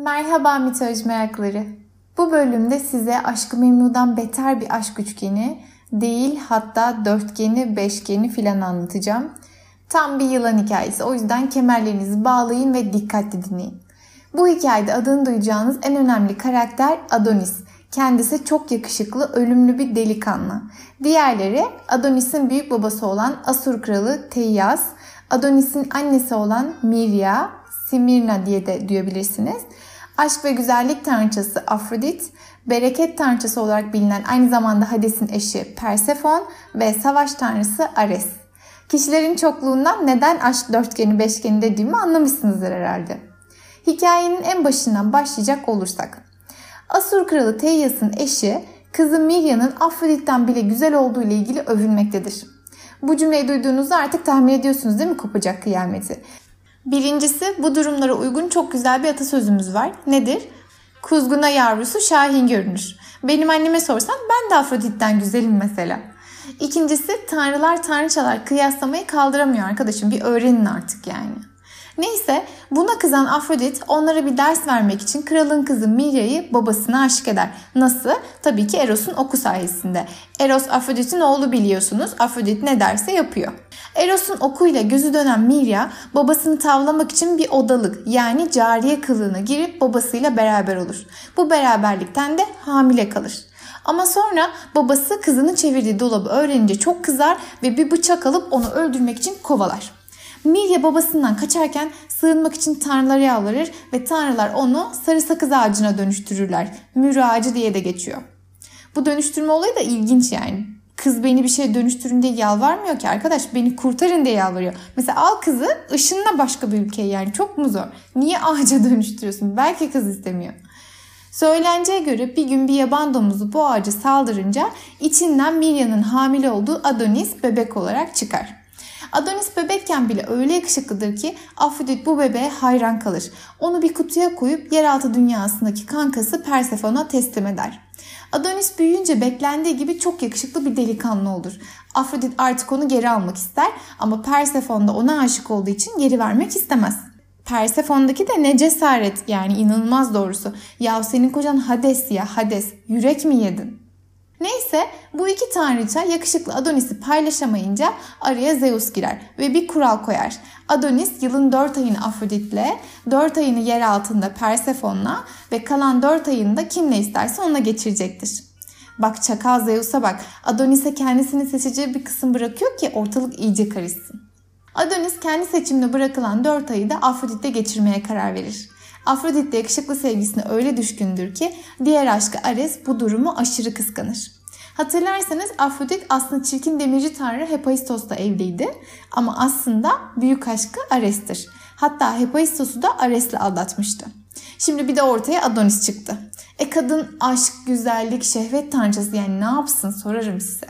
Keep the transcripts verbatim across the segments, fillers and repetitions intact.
Merhaba mitoloji merakları. Bu bölümde size Aşk-ı Memnu'dan beter bir aşk üçgeni değil, hatta dörtgeni, beşgeni filan anlatacağım. Tam bir yılan hikayesi. O yüzden kemerlerinizi bağlayın ve dikkatli dinleyin. Bu hikayede adını duyacağınız en önemli karakter Adonis. Kendisi çok yakışıklı, ölümlü bir delikanlı. Diğerleri Adonis'in büyük babası olan Asur kralı Teiyaz, Adonis'in annesi olan Mirya, Simirna diye de duyabilirsiniz. Aşk ve güzellik tanrıçası Afrodit, bereket tanrıçası olarak bilinen aynı zamanda Hades'in eşi Persefon ve savaş tanrısı Ares. Kişilerin çokluğundan neden aşk dörtgeni beşgeni dediğimi anlamışsınızdır herhalde. Hikayenin en başından başlayacak olursak. Asur kralı Teiyaz'ın eşi, kızı Mirya'nın Afrodit'ten bile güzel olduğu ile ilgili övünmektedir. Bu cümleyi duyduğunuzda artık tahmin ediyorsunuz değil mi kopacak kıyameti? Birincisi, bu durumlara uygun çok güzel bir atasözümüz var. Nedir? Kuzguna yavrusu şahin görünür. Benim anneme sorsam ben de Afrodit'ten güzelim mesela. İkincisi, tanrılar tanrıçalar kıyaslamayı kaldıramıyor arkadaşım. Bir öğrenin artık yani. Neyse, buna kızan Afrodit onlara bir ders vermek için kralın kızı Mirya'yı babasına aşık eder. Nasıl? Tabii ki Eros'un oku sayesinde. Eros Afrodit'in oğlu biliyorsunuz. Afrodit ne derse yapıyor. Eros'un okuyla gözü dönen Mirya babasını tavlamak için bir odalık yani cariye kılığına girip babasıyla beraber olur. Bu beraberlikten de hamile kalır. Ama sonra babası kızını çevirdiği dolabı öğrenince çok kızar ve bir bıçak alıp onu öldürmek için kovalar. Mirya babasından kaçarken sığınmak için tanrılara yalvarır ve tanrılar onu sarı sakız ağacına dönüştürürler. Mürü ağacı diye de geçiyor. Bu dönüştürme olayı da ilginç yani. Kız beni bir şeye dönüştürün diye yalvarmıyor ki arkadaş, beni kurtarın diye yalvarıyor. Mesela al kızı ışınla başka bir ülkeye, yani çok mu zor? Niye ağaca dönüştürüyorsun? Belki kız istemiyor. Söylenceye göre bir gün bir yaban domuzu bu ağaca saldırınca içinden Mirya'nın hamile olduğu Adonis bebek olarak çıkar. Adonis bebekken bile öyle yakışıklıdır ki Afrodit bu bebeğe hayran kalır. Onu bir kutuya koyup yeraltı dünyasındaki kankası Persefon'a teslim eder. Adonis büyüyünce beklendiği gibi çok yakışıklı bir delikanlı olur. Afrodit artık onu geri almak ister ama Persefon da ona aşık olduğu için geri vermek istemez. Persefon'daki de ne cesaret, yani inanılmaz doğrusu. Ya senin kocan Hades ya Hades, yürek mi yedin? Neyse, bu iki tanrıça yakışıklı Adonis'i paylaşamayınca araya Zeus girer ve bir kural koyar. Adonis yılın dört ayını Afrodit'le, dört ayını yer altında Persefon'la ve kalan dört ayını da kimle isterse onunla geçirecektir. Bak çakal Zeus'a bak, Adonis'e kendisini seçeceği bir kısım bırakıyor ki ortalık iyice karışsın. Adonis kendi seçimine bırakılan dört ayı da Afrodit'te geçirmeye karar verir. Afrodit de yakışıklı sevgisine öyle düşkündür ki diğer aşkı Ares bu durumu aşırı kıskanır. Hatırlarsanız Afrodit aslında çirkin demirci tanrı Hephaistos'la evliydi ama aslında büyük aşkı Ares'tir. Hatta Hephaistos'u da Ares'le aldatmıştı. Şimdi bir de ortaya Adonis çıktı. E kadın aşk, güzellik, şehvet tanrıçası, yani ne yapsın sorarım size.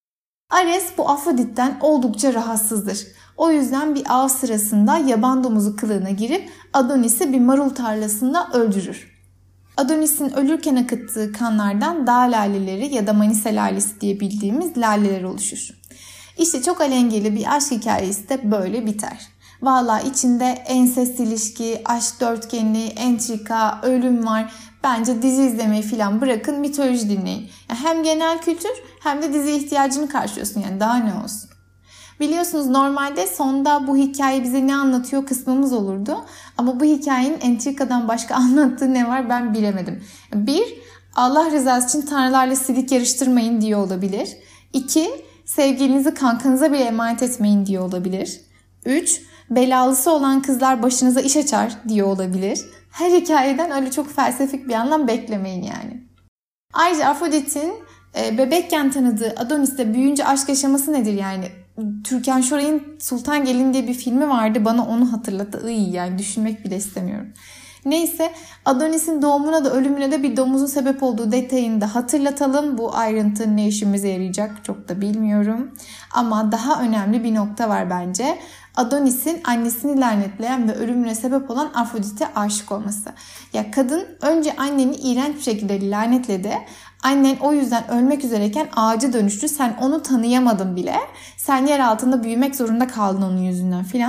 Ares bu Afrodit'ten oldukça rahatsızdır. O yüzden bir av sırasında yaban domuzu kılığına girip Adonis'i bir marul tarlasında öldürür. Adonis'in ölürken akıttığı kanlardan dağ laleleri ya da Manisa lalesi diye bildiğimiz laleler oluşur. İşte çok alengili bir aşk hikayesi de böyle biter. Vallahi içinde ensest ilişki, aşk dörtgeni, entrika, ölüm var. Bence dizi izlemeyi falan bırakın, mitoloji dinleyin. Yani hem genel kültür hem de dizi ihtiyacını karşılıyorsun, yani daha ne olsun. Biliyorsunuz normalde sonda bu hikaye bize ne anlatıyor kısmımız olurdu. Ama bu hikayenin entrikadan başka anlattığı ne var ben bilemedim. Bir, Allah rızası için tanrılarla sidik yarıştırmayın diye olabilir. İki, sevgilinizi kankanıza bile emanet etmeyin diye olabilir. Üç, belalısı olan kızlar başınıza iş açar diye olabilir. Her hikayeden öyle çok felsefik bir anlam beklemeyin yani. Ayrıca Afrodit'in e, bebekken tanıdığı Adonis'le büyüyünce aşk yaşaması nedir yani? Türkan Şoray'ın Sultan Gelin diye bir filmi vardı. Bana onu hatırlattı. İyi yani düşünmek bile istemiyorum. Neyse, Adonis'in doğumuna da ölümüne de bir domuzun sebep olduğu detayını da hatırlatalım. Bu ayrıntı ne işimize yarayacak çok da bilmiyorum. Ama daha önemli bir nokta var bence. Adonis'in annesini lanetleyen ve ölümüne sebep olan Afrodit'e aşık olması. Ya kadın önce anneni iğrenç bir şekilde lanetledi. Annen o yüzden ölmek üzereyken ağaca dönüştü. Sen onu tanıyamadın bile. Sen yer altında büyümek zorunda kaldın onun yüzünden filan.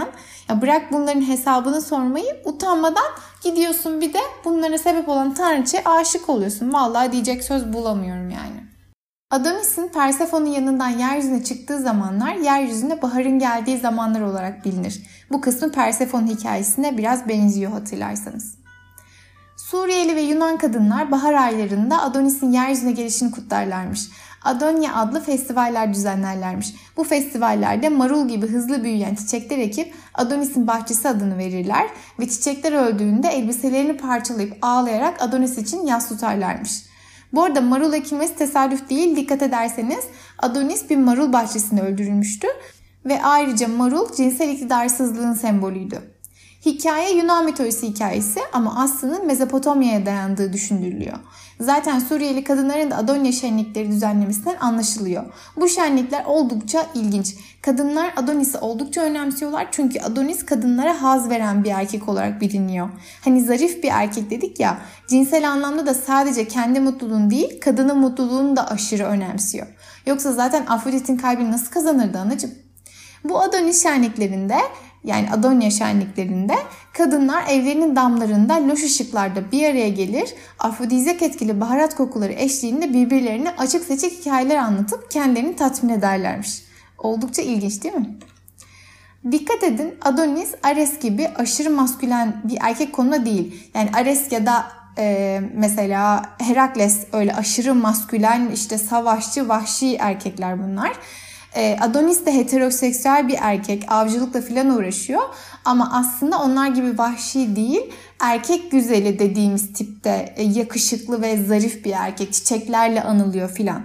Ya bırak bunların hesabını sormayı, utanmadan gidiyorsun bir de bunlara sebep olan tanrıçaya aşık oluyorsun. Vallahi diyecek söz bulamıyorum yani. Adonis'in Persefon'un yanından yeryüzüne çıktığı zamanlar yeryüzüne baharın geldiği zamanlar olarak bilinir. Bu kısmı Persefon hikayesine biraz benziyor hatırlarsanız. Suriyeli ve Yunan kadınlar bahar aylarında Adonis'in yeryüzüne gelişini kutlarlarmış. Adonia adlı festivaller düzenlerlermiş. Bu festivallerde marul gibi hızlı büyüyen çiçekler ekip Adonis'in bahçesi adını verirler ve çiçekler öldüğünde elbiselerini parçalayıp ağlayarak Adonis için yas tutarlarmış. Bu arada marul ekilmesi tesadüf değil, dikkat ederseniz Adonis bir marul bahçesinde öldürülmüştü ve ayrıca marul cinsel iktidarsızlığın sembolüydü. Hikaye Yunan mitolojisi hikayesi ama aslında Mezopotamya'ya dayandığı düşünülüyor. Zaten Suriyeli kadınların da Adonia şenlikleri düzenlemesinden anlaşılıyor. Bu şenlikler oldukça ilginç. Kadınlar Adonis'i oldukça önemsiyorlar çünkü Adonis kadınlara haz veren bir erkek olarak biliniyor. Hani zarif bir erkek dedik ya, cinsel anlamda da sadece kendi mutluluğunu değil, kadının mutluluğunu da aşırı önemsiyor. Yoksa zaten Afrodit'in kalbini nasıl kazanırdı anacığım? Bu Adonis şenliklerinde, yani Adonia şenliklerinde kadınlar evlerinin damlarında loş ışıklarda bir araya gelir, afrodizyak etkili baharat kokuları eşliğinde birbirlerine açık seçik hikayeler anlatıp kendilerini tatmin ederlermiş. Oldukça ilginç değil mi? Dikkat edin, Adonis Ares gibi aşırı maskülen bir erkek konumunda değil. Yani Ares ya da e, mesela Herakles öyle aşırı maskülen, işte savaşçı, vahşi erkekler bunlar. Adonis de heteroseksüel bir erkek, avcılıkla falan uğraşıyor ama aslında onlar gibi vahşi değil, erkek güzeli dediğimiz tipte yakışıklı ve zarif bir erkek, çiçeklerle anılıyor filan.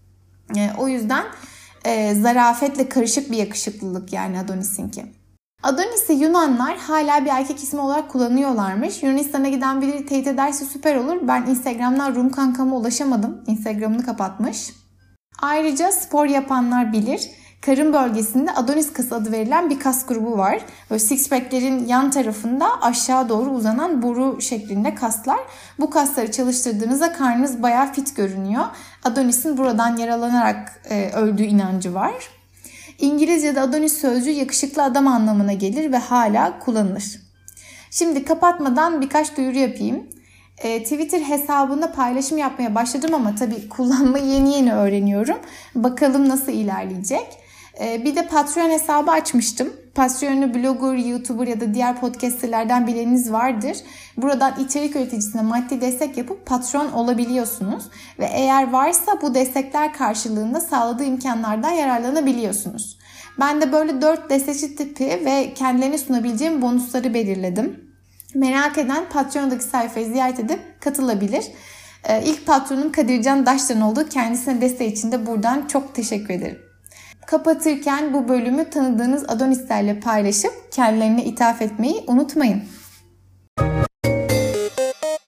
O yüzden e, zarafetle karışık bir yakışıklılık yani Adonis'inki. Adonis'i Yunanlar hala bir erkek ismi olarak kullanıyorlarmış. Yunanistan'a giden biri teyit ederse süper olur. Ben Instagram'dan Rum kankama ulaşamadım. Instagram'ını kapatmış. Ayrıca spor yapanlar bilir. Karın bölgesinde Adonis kası adı verilen bir kas grubu var. Böyle six pack'lerin yan tarafında aşağı doğru uzanan boru şeklinde kaslar. Bu kasları çalıştırdığınızda karnınız bayağı fit görünüyor. Adonis'in buradan yaralanarak e, öldüğü inancı var. İngilizce'de Adonis sözcüğü yakışıklı adam anlamına gelir ve hala kullanılır. Şimdi kapatmadan birkaç duyuru yapayım. Twitter hesabında paylaşım yapmaya başladım ama tabii kullanmayı yeni yeni öğreniyorum. Bakalım nasıl ilerleyecek. Bir de Patreon hesabı açmıştım. Patreon'u blogger, YouTuber ya da diğer podcasterlerden bileniniz vardır. Buradan içerik üreticisine maddi destek yapıp patron olabiliyorsunuz. Ve eğer varsa bu destekler karşılığında sağladığı imkanlardan yararlanabiliyorsunuz. Ben de böyle dört destekçi tipi ve kendilerine sunabileceğim bonusları belirledim. Merak eden Patreon'daki sayfayı ziyaret edip katılabilir. Ee, ilk patronum Kadircan Daş'tan oldu. Kendisine desteği için de buradan çok teşekkür ederim. Kapatırken bu bölümü tanıdığınız Adonislerle paylaşıp kendilerine ithaf etmeyi unutmayın.